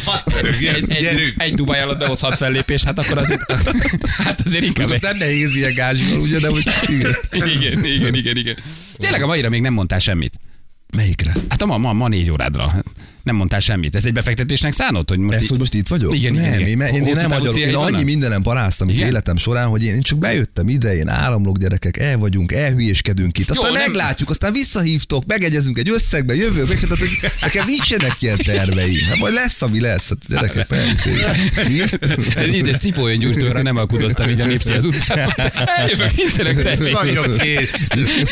egy Dubáj alatt behozhat fellépés, hát akkor azért inkább... Az nem nehéz ilyen gázsival, ugye, de hogy... Igen. Tényleg a maira még nem mondtál semmit. Melyikre? Hát ma 4 órádra. Nem mondtál semmit. Ez egy befektetésnek szánod? Hogy most hogy most itt vagyok? Igen. Én nem magyarok. Én annyi mindenem paráztam itt életem során, hogy én csak bejöttem ide, én áramlok, gyerekek, el vagyunk, elhülyéskedünk itt. Aztán meglátjuk, aztán visszahívtok, megegyezünk egy összegbe, jövőbe, tehát hogy nekem nincsenek ilyen terveim. Hát majd lesz, ami lesz. Hát gyerekek, persze. Így egy cipójon gyújtóra nem alkudoztam így a Népszi az utcában. Eljövök, nincsenek terveim. Vagyok kész.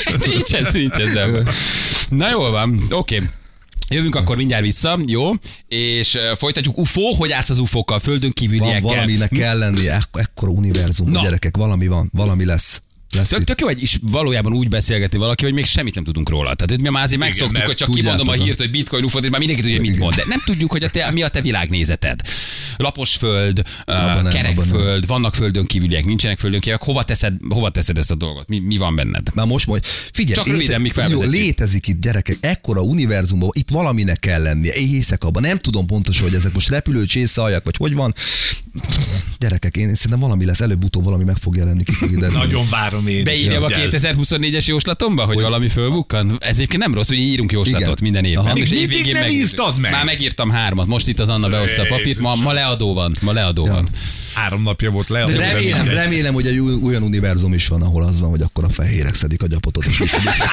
Nincsen. Na jól van, oké. Jövünk akkor mindjárt vissza, jó? És folytatjuk. UFO, hogy állsz az UFO-kkal, földön kívüliekkel? Van valaminek kell lenni, ekkora univerzum, gyerekek, valami van, valami lesz. Tök jó, hogy is valójában úgy beszélgetni valaki, hogy még semmit nem tudunk róla. Tehát mi már azért megszoktuk, hogy csak kimondom a hírt, hogy bitcoin, UFO, és már mindenki tudja, hogy mit mond. De nem tudjuk, hogy mi a te világnézeted. Lapos föld, kerek föld, vannak földön kívüliek, nincsenek földön kívüliek. Hova teszed ezt a dolgot? Mi van benned? Na most figyelj, csak röviden, mik jó, létezik itt, gyerekek, ekkora univerzumban, itt valaminek kell lennie. Én hiszek abban, nem tudom pontosan, hogy ezek most repülő csészalják, vagy hogy van. Gyerekek, én szerintem valami lesz, előbb-utóbb valami meg fog jelenni. Nagyon várom én. Beírjam a 2024-es jóslatomba, hogy valami fölbukkan? Ez egyébként nem rossz, hogy írunk jóslatot minden évben. És évvégén nem írtad meg? Már megírtam 3-at, most itt az Anna behozta a papírt, ma leadó van. 3 napja volt leadó. Remélem, hogy egy olyan univerzum is van, ahol az van, hogy akkor a fehérek szedik a gyapotot, és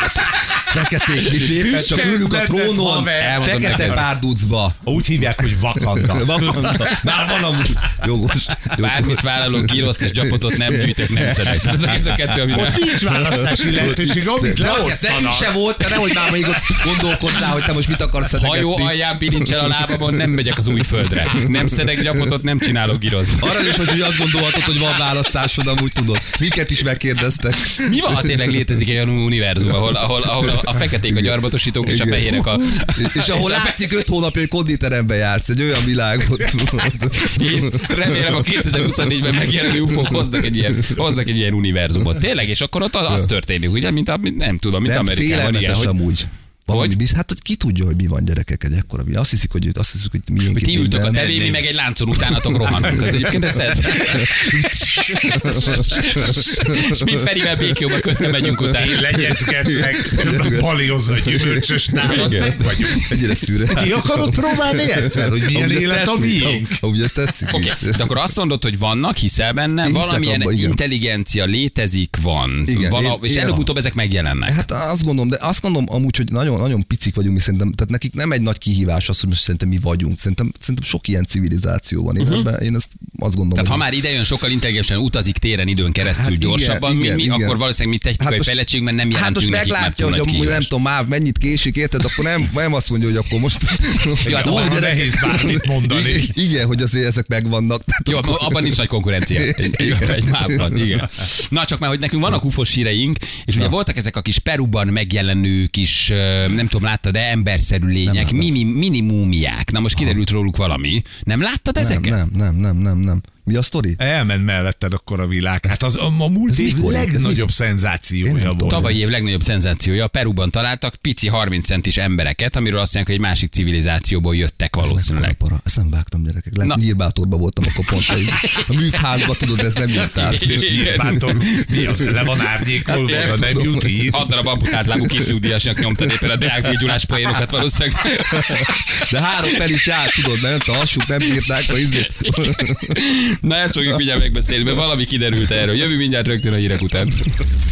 feketék, mi szépen csak ülünk a trónon, fekete párducba. Úgy hívják, hogy vakanda. Már van amúgy. Jogos. Bármit vállalok, gíroszt és gyapotot nem gyűjtök, nem szedek. Ez a kettő, ami ott nincs választási lehetőség, amit leosztanak. Szedni se volt, de nehogy már még ott gondolkozzál, hogy te most mit akarsz szedegetni. Hajó alján bilincsel a lábamon, nem megyek az új földre. Nem szedek gyapotot, nem csinálok gíroszt. Arra is, hogy azt gondolhatod, hogy van választásod, amúgy tudod. Miket is megkérdeztek. Mi van, ha tényleg létezik egy olyan univerzum, ahol a feketék a gyarmatosítók és a fehérek a... És ahol látszik 5 hónapja, hogy konditeremben jársz, egy olyan világot. Én remélem a 2024-ben megjelenő UFO-k hoznak egy ilyen univerzumot. Tényleg, és akkor ott az történik, ugye, mint nem tudom, mint Amerikában. Félelmetes amúgy. Hát, hogy ki tudja, hogy mi van, gyerekek, egy ekkora világ. Azt hiszik, hogy miénk. Ti ültök a tevémi, meg egy láncon utánatok rohanunk. Az egyébként ezt tetsz. És mi Ferivel békjóba kötve megyünk utána. Legyezgetnek, baliozza a gyümölcsös nálat, meg vagyunk. Egyre szűre. Ki akarod próbálni egyszer, hogy milyen élet a miénk? Úgy ezt tetszik. Oké, de akkor azt mondod, hogy vannak, hiszel benne, valamilyen intelligencia létezik, van. És előbb-utóbb ezek megjelennek. Hát azt gondolom amúgy, hogy nagyon picik vagyunk mi szerintem, tehát nekik nem egy nagy kihívás az, hogy most szerintem mi vagyunk. Szerintem sok ilyen civilizáció van. Én ezt azt gondolom. Tehát ha már idejön sokkal intelligensen utazik téren időn keresztül gyorsabban, igen. Akkor valószínűleg mi technikai fejlettségben nem jelentünk nekik. Hát most meglátja, hogy nem tudom, már mennyit késik, érted, akkor nem azt mondja, hogy akkor most... nehéz bármit mondani. Igen, hogy azért ezek megvannak. Jó, abban nincs nagy konkurencia. Egy mávban, igen. Na csak már, hogy nekünk vannak ufos híreink, és ugye voltak ezek a kis Peruban megjelenő kis, nem tudom, láttad, de emberszerű lények, mini múmiák. Na most kiderült róluk valami. Nem láttad ezeket? Nem. Mi a sztori? Elment melletted akkor a világ. Hát az a múlt év legnagyobb szenzációja volt. Tavalyi év legnagyobb szenzációja. Peruban találtak pici 30 centis embereket, amiről azt mondják, hogy egy másik civilizációból jöttek valószínűleg. Ezt nem vágtam, gyerekek. Nyírbátorban voltam akkor pont. A műfházban, tudod, ez nem jött át. Nyírbátor, mi az? Le van árnyékolva, nem jut így. 6 darab amputált lábú kis nyugdíjasnak nyomtad éppen a Deák Gyulás poénokat valószínűleg. De 3 fel is állt, tudod, mert a hassuk nem bírták a izét. Na ezt fogjuk mindjárt megbeszélni, mert valami kiderült erről. Jövő mindjárt rögtön a hírek után.